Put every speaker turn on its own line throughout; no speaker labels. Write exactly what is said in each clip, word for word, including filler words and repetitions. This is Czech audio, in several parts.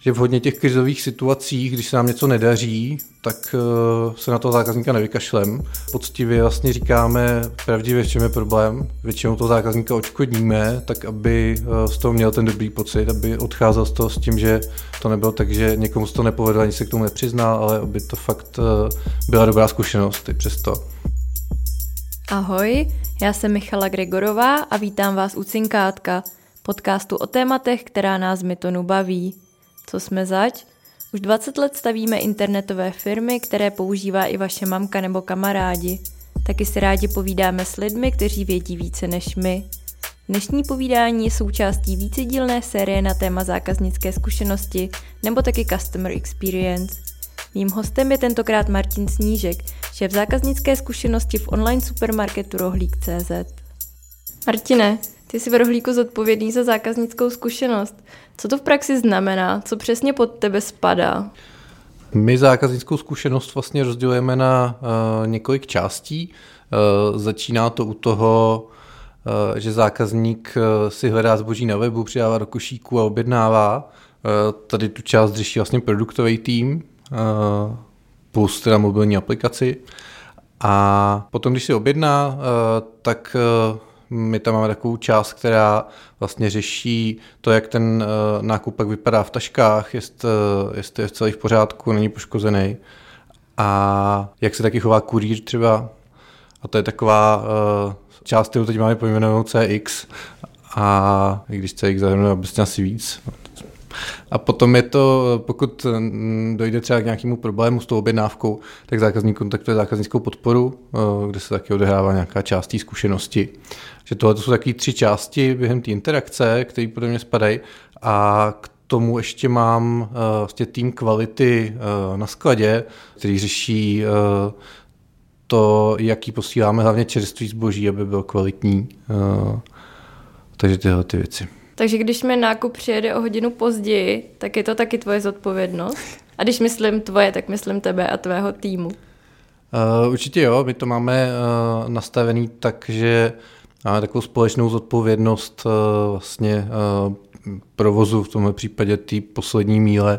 že v hodně těch krizových situacích, když se nám něco nedaří, tak se na toho zákazníka nevykašlem. Poctivě vlastně říkáme pravdivě, v čem je problém. Většinou toho zákazníka odškodníme, tak aby z toho měl ten dobrý pocit, aby odcházel z toho s tím, že to nebylo tak, že někomu se to nepovedlo, ani se k tomu nepřiznal, ale aby to fakt byla dobrá zkušenost i přesto.
Ahoj, já jsem Michala Gregorová a vítám vás u Cinkátka, podcastu o tématech, která nás Mytonu baví. Co jsme zač? Už dvacet let stavíme internetové firmy, které používá i vaše mamka nebo kamarádi. Taky si rádi povídáme s lidmi, kteří vědí více než my. Dnešní povídání je součástí vícedílné série na téma zákaznické zkušenosti nebo taky Customer Experience. Mým hostem je tentokrát Martin Snížek, šéf zákaznické zkušenosti v online supermarketu Rohlík tečka cé zet. Martine, ty jsi v Rohlíku zodpovědný za zákaznickou zkušenost. Co to v praxi znamená? Co přesně pod tebe spadá?
My zákaznickou zkušenost vlastně rozdělujeme na uh, několik částí. Uh, začíná to u toho, uh, že zákazník uh, si hledá zboží na webu, přidává do košíku a objednává. Uh, tady tu část řeší vlastně produktový tým, uh, plus teda mobilní aplikaci. A potom, když si objedná, uh, tak uh, my tam máme takovou část, která vlastně řeší to, jak ten uh, nákup pak vypadá v taškách, jestli, uh, jestli je celý v pořádku, není poškozený a jak se taky chová kurýr třeba. A to je taková uh, část, kterou teď máme pojmenovanou C X a i když C X zahrnuje obecně asi víc. A potom je to, pokud dojde třeba k nějakému problému s tou objednávkou, tak zákazník kontaktuje zákaznickou podporu, kde se taky odehrává nějaká část té zkušenosti. Že tohle jsou takové tři části během té interakce, které podle mě spadají. A k tomu ještě mám vlastně tým kvality na skladě, který řeší to, jaký posíláme hlavně čerstvý zboží, aby byl kvalitní. Takže tyhle ty věci.
Takže když mi nákup přijede o hodinu později, tak je to taky tvoje zodpovědnost? A když myslím tvoje, tak myslím tebe a tvého týmu.
Uh, určitě jo, my to máme uh, nastavený tak, že máme takovou společnou zodpovědnost uh, vlastně uh, provozu, v tomhle případě té poslední míle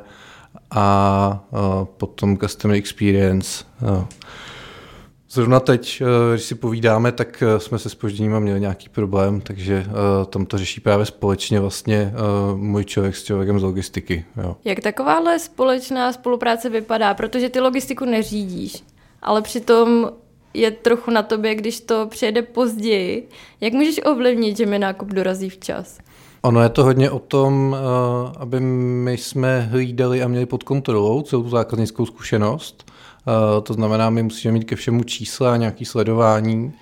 a uh, potom Customer Experience. Uh. Zrovna teď, když si povídáme, tak jsme se zpožděním měli nějaký problém, takže tam to řeší právě společně vlastně můj člověk s člověkem z logistiky. Jo.
Jak takováhle společná spolupráce vypadá? Protože ty logistiku neřídíš, ale přitom je trochu na tobě, když to přijede později. Jak můžeš ovlivnit, že mi nákup dorazí včas?
Ono je to hodně o tom, aby my jsme hlídali a měli pod kontrolou celou tu zákaznickou zkušenost. Uh, to znamená, my musíme mít ke všemu čísla a nějaké sledování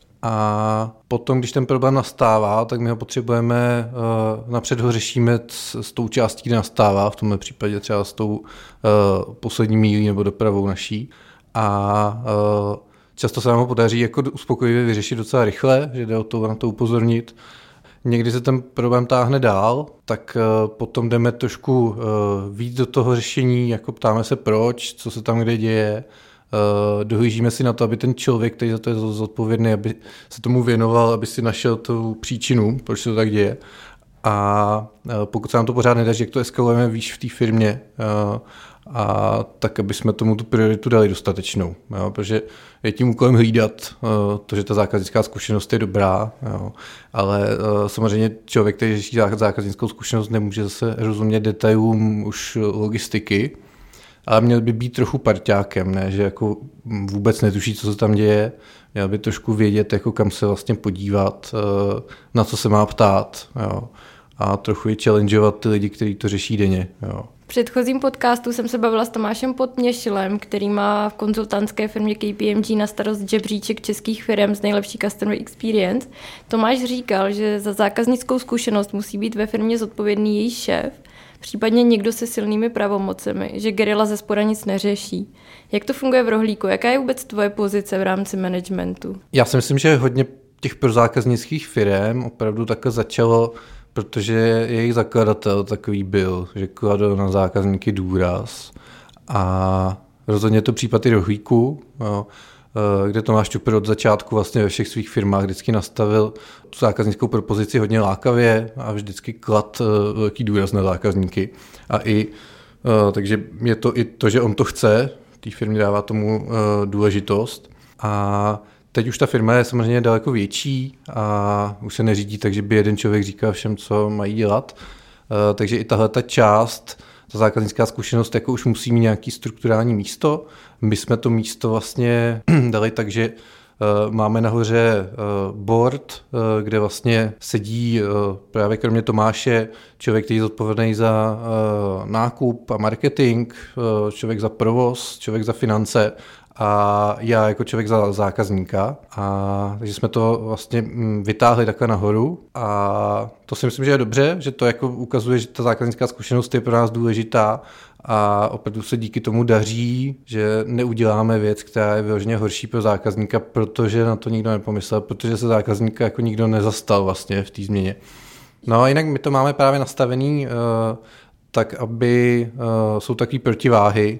a potom, když ten problém nastává, tak my ho potřebujeme, uh, napřed ho řešíme s, s tou částí, kde nastává, v tomhle případě třeba s tou uh, poslední mílí nebo dopravou naší a uh, často se nám ho podaří jako uspokojivě vyřešit docela rychle, že jde o to na to upozornit. Někdy se ten problém táhne dál, tak uh, potom jdeme trošku uh, víc do toho řešení, jako ptáme se proč, co se tam kde děje, uh, dohlížíme si na to, aby ten člověk, který za to je zodpovědný, aby se tomu věnoval, aby si našel tu příčinu, proč se to tak děje. A uh, pokud se nám to pořád nedaří, jak to eskalujeme výš v té firmě, uh, a tak, aby jsme tomu tu prioritu dali dostatečnou. Jo, protože je tím úkolem hlídat uh, to, že ta zákaznická zkušenost je dobrá, jo, ale uh, samozřejmě člověk, který řeší zákaznickou zkušenost, nemůže zase rozumět detailům už logistiky, ale měl by být trochu parťákem, ne, že jako vůbec netuší, co se tam děje, měl by trošku vědět, jako kam se vlastně podívat, uh, na co se má ptát, jo, a trochu i challengeovat ty lidi, kteří to řeší denně. Jo.
V předchozím podcastu jsem se bavila s Tomášem Podměšilem, který má v konzultantské firmě K P M G na starost žebříček českých firm z nejlepší Customer Experience. Tomáš říkal, že za zákaznickou zkušenost musí být ve firmě zodpovědný její šéf, případně někdo se silnými pravomocemi, že gerila ze spoda nic neřeší. Jak to funguje v Rohlíku? Jaká je vůbec tvoje pozice v rámci managementu?
Já si myslím, že hodně těch prozákaznických firm opravdu takhle začalo, protože jejich zakladatel takový byl, že kladl na zákazníky důraz a rozhodně to případ i Rohlíku. Jo. kde Tomáš Čupr od začátku vlastně ve všech svých firmách vždycky nastavil tu zákaznickou propozici hodně lákavě a vždycky klad velký důraz na zákazníky. A i, takže je to i to, že on to chce, té firmě dává tomu důležitost. A teď už ta firma je samozřejmě daleko větší a už se neřídí tak, že by jeden člověk říkal všem, co mají dělat. Takže i tahle ta část, ta zákaznická zkušenost jako už musí mít nějaký strukturální místo. My jsme to místo vlastně dali tak, že máme nahoře board, kde vlastně sedí právě kromě Tomáše člověk, který je zodpovědný za nákup a marketing, člověk za provoz, člověk za finance a já jako člověk za zákazníka. A takže jsme to vlastně vytáhli takhle nahoru a to si myslím, že je dobře, že to jako ukazuje, že ta zákaznická zkušenost je pro nás důležitá a opravdu se díky tomu daří, že neuděláme věc, která je vyloženě horší pro zákazníka, protože na to nikdo nepomyslel, protože se zákazníka jako nikdo nezastal vlastně v té změně. No a jinak my to máme právě nastavený uh, tak, aby uh, jsou takové protiváhy,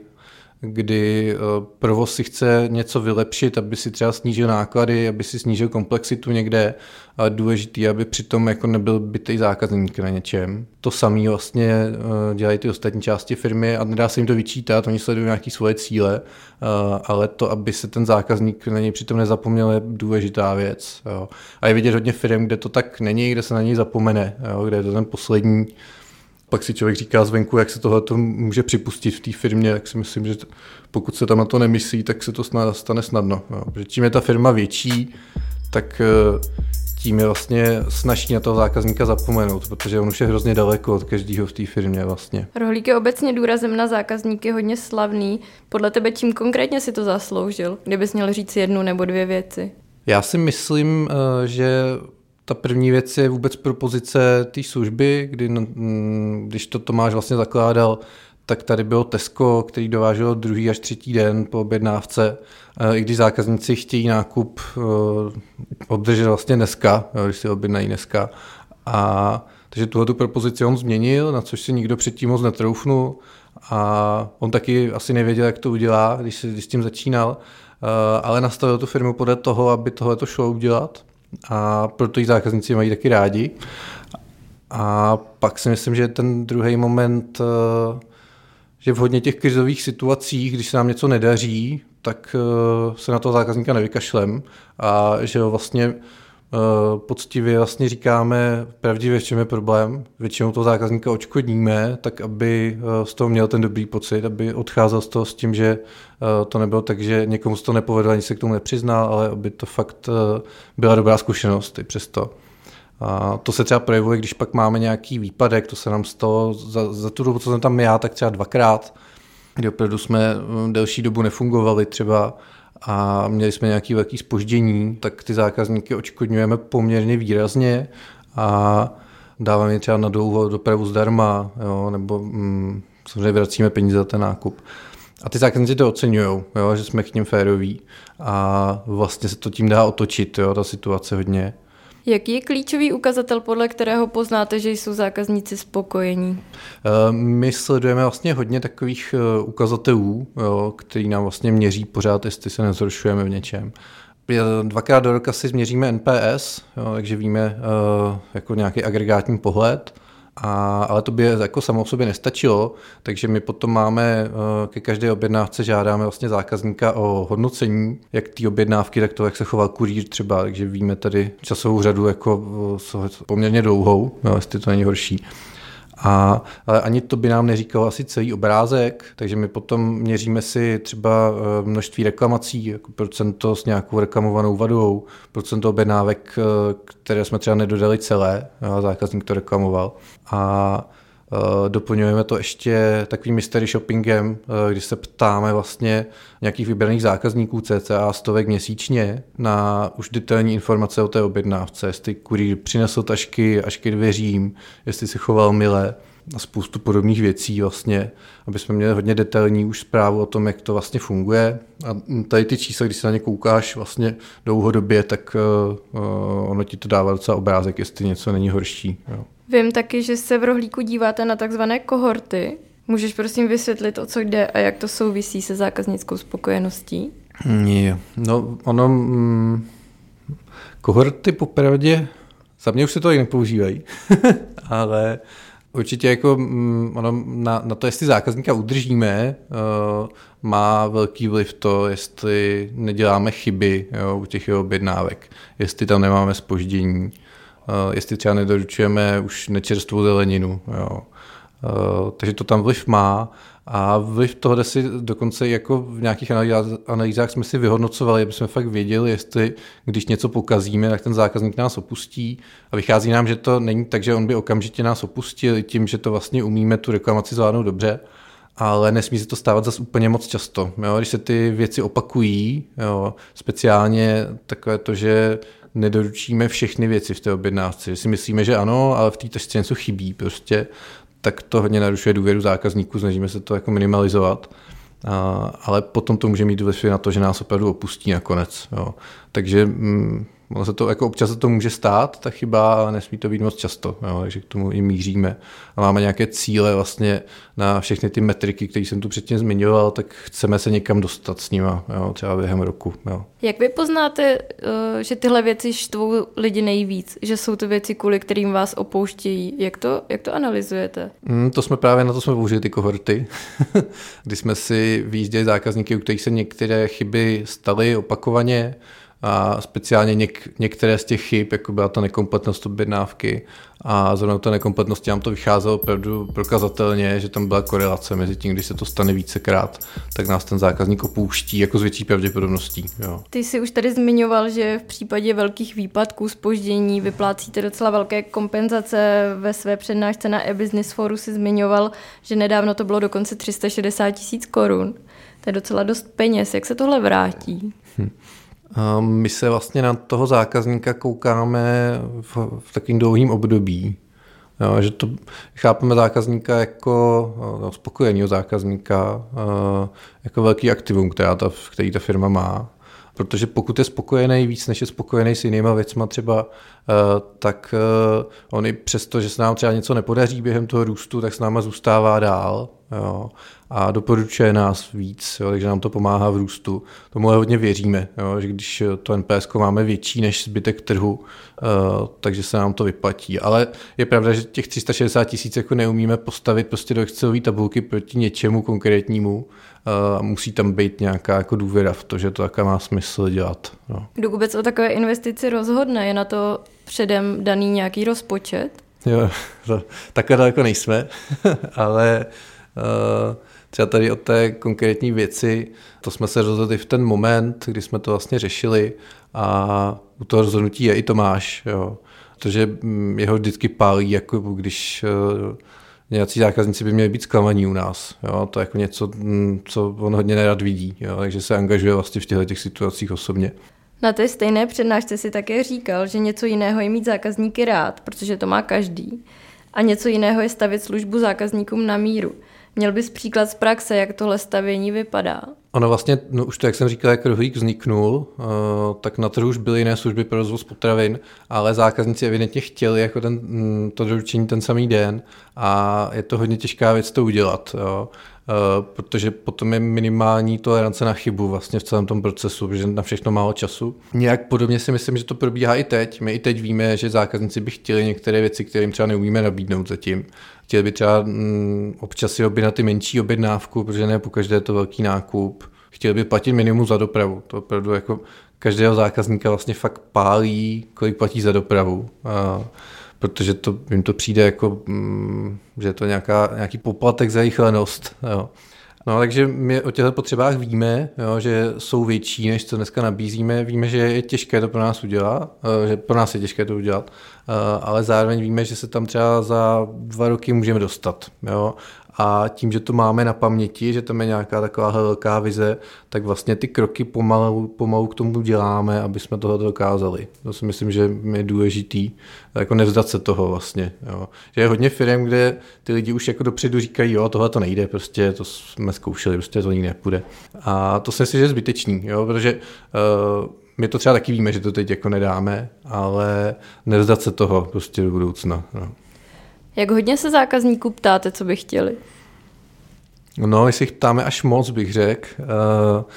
kdy provoz si chce něco vylepšit, aby si třeba snížil náklady, aby si snížil komplexitu někde, ale důležitý, aby přitom jako nebyl bitej zákazník na něčem. To samé vlastně dělají ty ostatní části firmy a nedá se jim to vyčítat, oni sledují nějaké svoje cíle, ale to, aby se ten zákazník na něj přitom nezapomněl, je důležitá věc. Jo. A je vidět hodně firm, kde to tak není, kde se na něj zapomene, jo, kde je to ten poslední. Pak si člověk říká zvenku, jak se tohle může připustit v té firmě, tak si myslím, že pokud se tam na to nemyslí, tak se to snad stane snadno. Jo. Protože čím je ta firma větší, tak tím je vlastně snaží na toho zákazníka zapomenout, protože on už je hrozně daleko od každého v té firmě vlastně.
Rohlík je obecně důrazem na zákazníky hodně slavný. Podle tebe čím konkrétně si to zasloužil? Kdybys měl říct jednu nebo dvě věci.
Já si myslím, že ta první věc je vůbec propozice té služby, kdy, když to Tomáš vlastně zakládal, tak tady bylo Tesco, který dováželo druhý až třetí den po objednávce. I když zákazníci chtějí nákup obdržet vlastně dneska, když si objednají dneska. A takže tuhletu propozici on změnil, na což si nikdo předtím moc netroufnul. A on taky asi nevěděl, jak to udělá, když, si, když s tím začínal. Ale nastavil tu firmu podle toho, aby tohle to šlo udělat. A proto jich zákazníci mají taky rádi. A pak si myslím, že ten druhý moment, že v hodně těch krizových situacích, když se nám něco nedaří, tak se na toho zákazníka nevykašlem a že vlastně poctivě vlastně říkáme pravdivě, v čem je problém. Většinou toho zákazníka odškodníme, tak aby z toho měl ten dobrý pocit, aby odcházel z toho s tím, že to nebylo tak, že někomu se to nepovedlo, ani se k tomu nepřiznal, ale aby to fakt byla dobrá zkušenost i přesto. A to se třeba projevuje, když pak máme nějaký výpadek, to se nám stalo za, za tu dobu, co jsem tam já, tak třeba dvakrát, kdy opravdu jsme delší dobu nefungovali třeba a měli jsme nějaké velké zpoždění, tak ty zákazníky odškodňujeme poměrně výrazně a dáváme je třeba na dlouho dopravu zdarma, jo, nebo mm, samozřejmě vracíme peníze za ten nákup. A ty zákazníci to oceňují, že jsme k ním féroví a vlastně se to tím dá otočit, jo, ta situace hodně.
Jaký je klíčový ukazatel, podle kterého poznáte, že jsou zákazníci spokojení?
My sledujeme vlastně hodně takových ukazatelů, jo, který nám vlastně měří pořád, jestli se nezhoršujeme v něčem. Dvakrát do roka si změříme N P S, jo, takže víme jako nějaký agregátní pohled. A, ale to by jako samo o sobě nestačilo, takže my potom máme ke každé objednávce žádáme vlastně zákazníka o hodnocení, jak ty objednávky, tak to, jak se choval kurýr třeba, takže víme tady časovou řadu jako poměrně dlouhou, no, jestli to není horší. A, ale ani to by nám neříkalo asi celý obrázek, takže my potom měříme si třeba množství reklamací, jako procento s nějakou reklamovanou vadou, procento objednávek, které jsme třeba nedodali celé, a zákazník to reklamoval. A doplňujeme to ještě takovým mystery shoppingem, kdy se ptáme vlastně nějakých vybraných zákazníků cca stovek měsíčně na už detailní informace o té objednávce, jestli kurýr přinesl tašky až ke dveřím, jestli se choval mile a spoustu podobných věcí vlastně, aby jsme měli hodně detailní už zprávu o tom, jak to vlastně funguje. A tady ty čísla, když se na ně koukáš vlastně dlouhodobě, tak uh, ono ti to dává docela obrázek, jestli něco není horší. Jo.
Vím taky, že se v Rohlíku díváte na takzvané kohorty. Můžeš prosím vysvětlit, o co jde a jak to souvisí se zákaznickou spokojeností?
Jo. No, ono, mm, kohorty popravdě, za mě už se to i nepoužívají, ale určitě jako mm, ono na, na to, jestli zákazníka udržíme, uh, má velký vliv to, jestli neděláme chyby, jo, u těch jeho objednávek, jestli tam nemáme zpoždění, uh, jestli třeba nedoručujeme už nečerstvou zeleninu. Jo. Uh, takže to tam vliv má. A vliv toho si dokonce jako v nějakých analýzách jsme si vyhodnocovali, aby jsme fakt věděli, jestli když něco pokazíme, tak ten zákazník nás opustí. A vychází nám, že to není tak, že on by okamžitě nás opustil tím, že to vlastně umíme tu reklamaci zvládnout dobře, ale nesmí se to stávat zase úplně moc často. Jo? Když se ty věci opakují, jo? Speciálně takové to, že nedoručíme všechny věci v té objednávce, že si myslíme, že ano, ale v té tašce něco chybí prostě, tak to hodně narušuje důvěru zákazníků, snažíme se to jako minimalizovat, a, ale potom to může mít vliv na to, že nás opravdu opustí nakonec. Jo. Takže mm, se to, jako občas se to může stát, ta chyba, ale nesmí to být moc často, jo, takže k tomu i míříme. A máme nějaké cíle vlastně na všechny ty metriky, které jsem tu předtím zmiňoval, tak chceme se někam dostat s nima, jo, třeba během roku. Jo.
Jak vy poznáte, že tyhle věci štvou lidi nejvíc, že jsou to věci, kvůli kterým vás opouštějí? Jak to, jak to analyzujete?
Mm, to jsme právě na to jsme použili ty kohorty, kdy jsme si vyjížděli zákazníky, u kterých se některé chyby staly opakovaně, a speciálně něk, některé z těch chyb, jako byla ta nekompletnost objednávky a zrovna ta nekompletnost nám to vycházelo opravdu prokazatelně, že tam byla korelace mezi tím, když se to stane vícekrát, tak nás ten zákazník opouští jako s větší pravděpodobností. Jo.
Ty jsi už tady zmiňoval, že v případě velkých výpadků, zpoždění vyplácíte docela velké kompenzace. Ve své přednášce na e-business foru si zmiňoval, že nedávno to bylo dokonce tři sta šedesát tisíc korun. To je docela dost peněz. Jak se tohle vrátí? Hm.
My se vlastně na toho zákazníka koukáme v, v takovým dlouhým období. Jo, že to chápeme zákazníka jako no, spokojeného zákazníka, jako velký aktivum, která ta, který ta firma má. Protože pokud je spokojený víc, než je spokojený s jinýma věcma třeba, tak on i přesto, že se nám třeba něco nepodaří během toho růstu, tak s náma zůstává dál. Jo, a doporučuje nás víc, jo, takže nám to pomáhá v růstu. Tomu hodně věříme, jo, že když to N P S máme větší než zbytek trhu, uh, takže se nám to vyplatí. Ale je pravda, že těch tři sta šedesát tisíc jako neumíme postavit prostě do Excelové tabulky proti něčemu konkrétnímu. Uh, musí tam být nějaká jako důvěra v to, že to taká má smysl dělat. No.
Kdo vůbec o takové investici rozhodne? Je na to předem daný nějaký rozpočet?
Jo, to, takhle daleko nejsme, ale Uh, třeba tady o té konkrétní věci, to jsme se rozhodli v ten moment, kdy jsme to vlastně řešili a u toho rozhodnutí je i Tomáš, jo. Protože jeho vždycky pálí, jako když uh, nějací zákazníci by měli být zklamaní u nás. Jo. To je jako něco, co on hodně nerad vidí, jo. Takže se angažuje vlastně v těchto těch situacích osobně.
Na té stejné přednášce si také říkal, že něco jiného je mít zákazníky rád, protože to má každý, a něco jiného je stavět službu zákazníkům na míru. Měl bys příklad z praxe, jak tohle stavění vypadá? Ono
vlastně, no už to, jak jsem říkal, jak rohlík vzniknul, uh, tak na trhu už byly jiné služby pro rozvoz potravin, ale zákazníci evidentně chtěli jako ten, to doručení ten samý den a je to hodně těžká věc to udělat, jo. Uh, protože potom je minimální tolerance na chybu vlastně v celém tom procesu, protože na všechno málo času. Nějak podobně si myslím, že to probíhá i teď. My i teď víme, že zákazníci by chtěli některé věci, které jim třeba neumíme nabídnout zatím. Chtěli by třeba mm, občas si objednat ty menší objednávku, protože ne pokaždé je to velký nákup. Chtěli by platit minimum za dopravu. To opravdu jako každého zákazníka vlastně fakt pálí, kolik platí za dopravu. Uh, protože to, jim to přijde jako, mm, že je to nějaká, nějaký poplatek za jejich lenost. Jo. No, takže my o těchto potřebách víme, jo, že jsou větší, než co dneska nabízíme. Víme, že je těžké to pro nás udělat, že pro nás je těžké to udělat, ale zároveň víme, že se tam třeba za dva roky můžeme dostat. Jo. A tím, že to máme na paměti, že tam je nějaká taková velká vize, tak vlastně ty kroky pomalu, pomalu k tomu děláme, aby jsme tohle dokázali. To si myslím, že je důležitý, jako nevzdat se toho vlastně. Jo. Že je hodně firem, kde ty lidi už jako dopředu říkají, jo, tohle to nejde, prostě to jsme zkoušeli, prostě to nikdy nepůjde. A to si myslím, že je zbytečný, jo, protože uh, my to třeba taky víme, že to teď jako nedáme, ale nevzdat se toho prostě do budoucna. No.
Jak hodně se zákazníků ptáte, co by chtěli?
No, jestli jich ptáme až moc, bych řekl.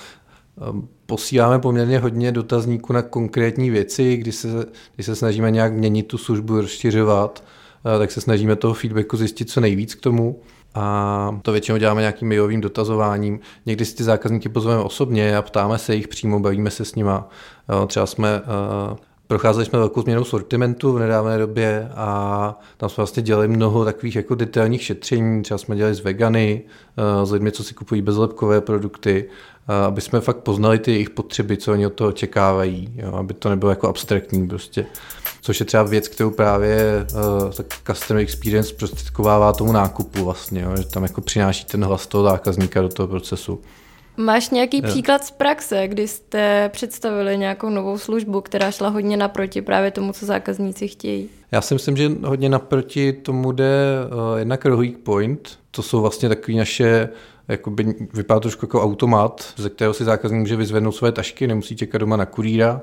Posíláme poměrně hodně dotazníků na konkrétní věci, kdy se, kdy se snažíme nějak měnit tu službu, rozšiřovat, tak se snažíme toho feedbacku zjistit co nejvíc k tomu. A to většinou děláme nějakým mailovým dotazováním. Někdy si ty zákazníky pozveme osobně a ptáme se jich přímo, bavíme se s nima. Třeba jsme procházeli jsme velkou změnou sortimentu v nedávné době a tam jsme vlastně dělali mnoho takových jako detailních šetření. Třeba jsme dělali s vegany, s lidmi, co si kupují bezlepkové produkty, aby jsme fakt poznali ty jejich potřeby, co oni od toho očekávají, jo, aby to nebylo jako abstraktní prostě. Což je třeba věc, kterou právě uh, tak customer experience prostředkovává tomu nákupu vlastně, jo, že tam jako přináší ten hlas toho zákazníka do toho procesu.
Máš nějaký je. příklad z praxe, kdy jste představili nějakou novou službu, která šla hodně naproti právě tomu, co zákazníci chtějí?
Já si myslím, že hodně naproti tomu jde uh, jednak Rohlík Point. To jsou vlastně takový naše, jakoby, vypadá trošku jako automat, ze kterého si zákazník může vyzvednout své tašky, nemusí čekat doma na kurýra.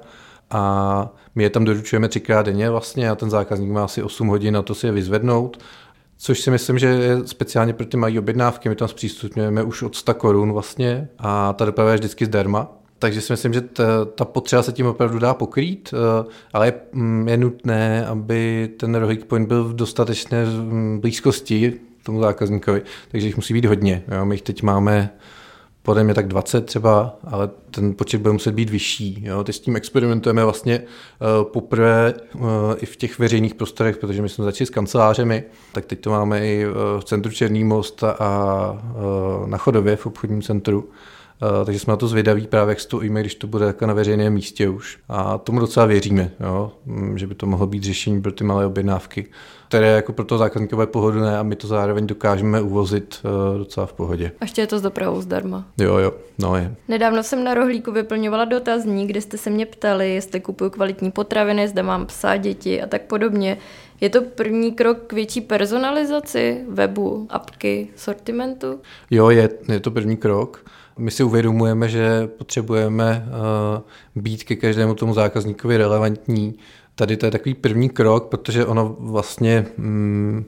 A my je tam doručujeme třikrát denně vlastně a ten zákazník má asi osm hodin na to si je vyzvednout, což si myslím, že je speciálně pro ty malé objednávky. My tam zpřístupňujeme už od sto korun vlastně a ta doprava je vždycky zdarma. Takže si myslím, že ta, ta potřeba se tím opravdu dá pokrýt, ale je, je nutné, aby ten Rohlík Point byl v dostatečné blízkosti tomu zákazníkovi, takže jich musí být hodně. Jo? My jich teď máme podle mě tak dvacet třeba, ale ten počet bude muset být vyšší. Jo. Teď s tím experimentujeme vlastně uh, poprvé uh, i v těch veřejných prostorech, protože my jsme začali s kancelářemi, tak teď to máme i uh, v centru Černý Most a, a uh, na Chodově v obchodním centru. Uh, takže jsme na to zvědaví právě, jak stojíme, když to bude jako na veřejném místě už. A tomu docela věříme, jo, že by to mohlo být řešení pro ty malé objednávky, které jako pro to zákazníkové pohodlné a my to zároveň dokážeme uvozit uh, docela v pohodě.
A ještě je to s dopravou zdarma.
Jo, jo, no je.
Nedávno jsem na Rohlíku vyplňovala dotazník, kde jste se mě ptali, jestli kupuju kvalitní potraviny, zda mám psa, děti a tak podobně. Je to první krok k větší personalizaci webu, apky, sortimentu?
Jo, je, je to první krok. My si uvědomujeme, že potřebujeme uh, být ke každému tomu zákazníkovi relevantní. Tady to je takový první krok, protože ono vlastně mm,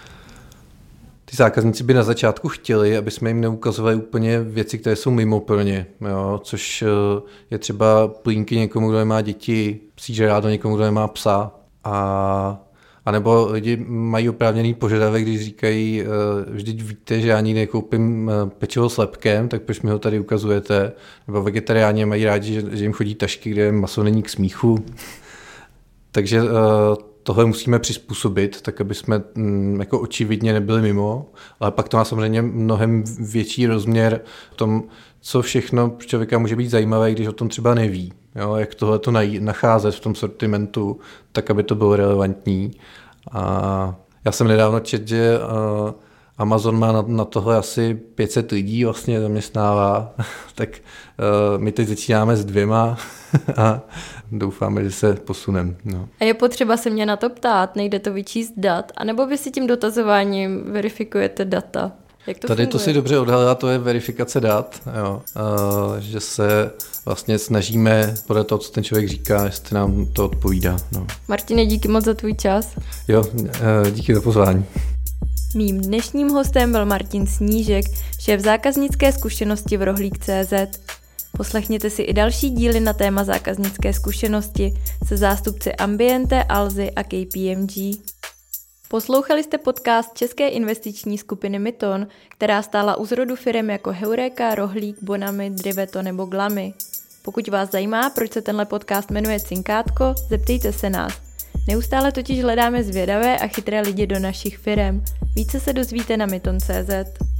ty zákazníci by na začátku chtěli, aby jsme jim neukazovali úplně věci, které jsou mimo pro ně, jo, což uh, je třeba plínky někomu, kdo nemá děti, psí žrádlo někomu, kdo nemá psa a A nebo lidi mají oprávněný požadavek, když říkají, vždyť víte, že já nikdy nekoupím pečivo s lepkem, tak proč mi ho tady ukazujete? Nebo vegetariáni mají rádi, že, že jim chodí tašky, kde maso není k smíchu. Takže tohle musíme přizpůsobit, tak aby jsme jako očividně nebyli mimo, ale pak to má samozřejmě mnohem větší rozměr v tom, co všechno člověka může být zajímavé, když o tom třeba neví. Jo, jak tohle to nacházet v tom sortimentu, tak aby to bylo relevantní. A já jsem nedávno četl, že uh, Amazon má na, na tohle asi pět set lidí vlastně zaměstnává, tak uh, my teď začínáme s dvěma a doufáme, že se posuneme. No.
A je potřeba se mě na to ptát, nejde to vyčíst dat, anebo vy si tím dotazováním verifikujete data? Jak to
Tady
funguje?
to si dobře odhalila, to je verifikace dat, jo. Uh, že se vlastně snažíme podle toho, co ten člověk říká, jestli nám to odpovídá. No.
Martine, díky moc za tvůj čas.
Jo, uh, díky za pozvání.
Mým dnešním hostem byl Martin Snížek, šéf zákaznické zkušenosti v Rohlík tečka cé zet. Poslechněte si i další díly na téma zákaznické zkušenosti se zástupci Ambiente, Alzy a K P M G. Poslouchali jste podcast české investiční skupiny Myton, která stála u zrodu firem jako Heureka, Rohlík, Bonami, Driveto nebo Glamy. Pokud vás zajímá, proč se tenhle podcast jmenuje Cinkátko, zeptejte se nás. Neustále totiž hledáme zvědavé a chytré lidi do našich firem. Více se dozvíte na myton tečka cé zet.